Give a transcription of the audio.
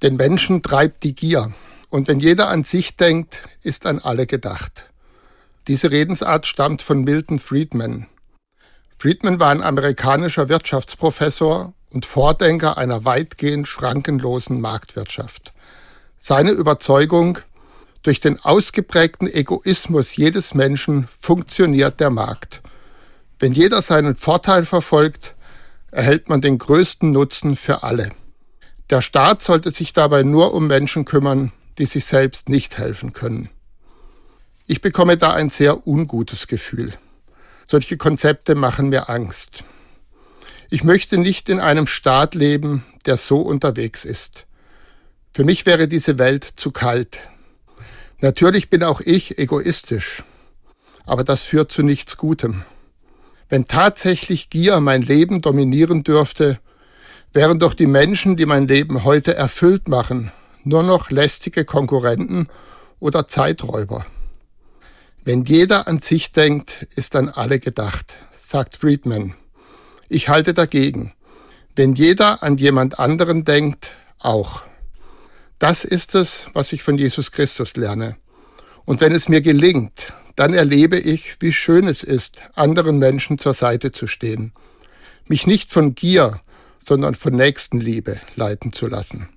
Den Menschen treibt die Gier. Und wenn jeder an sich denkt, ist an alle gedacht. Diese Redensart stammt von Milton Friedman. Friedman war ein amerikanischer Wirtschaftsprofessor und Vordenker einer weitgehend schrankenlosen Marktwirtschaft. Seine Überzeugung: Durch den ausgeprägten Egoismus jedes Menschen funktioniert der Markt. Wenn jeder seinen Vorteil verfolgt, erhält man den größten Nutzen für alle. Der Staat sollte sich dabei nur um Menschen kümmern, die sich selbst nicht helfen können. Ich bekomme da ein sehr ungutes Gefühl. Solche Konzepte machen mir Angst. Ich möchte nicht in einem Staat leben, der so unterwegs ist. Für mich wäre diese Welt zu kalt. Natürlich bin auch ich egoistisch, aber das führt zu nichts Gutem. Wenn tatsächlich Gier mein Leben dominieren dürfte, wären doch die Menschen, die mein Leben heute erfüllt machen, nur noch lästige Konkurrenten oder Zeiträuber. Wenn jeder an sich denkt, ist an alle gedacht, sagt Friedman. Ich halte dagegen. Wenn jeder an jemand anderen denkt, auch. Das ist es, was ich von Jesus Christus lerne. Und wenn es mir gelingt, dann erlebe ich, wie schön es ist, anderen Menschen zur Seite zu stehen. Mich nicht von Gier, sondern von Nächstenliebe leiten zu lassen.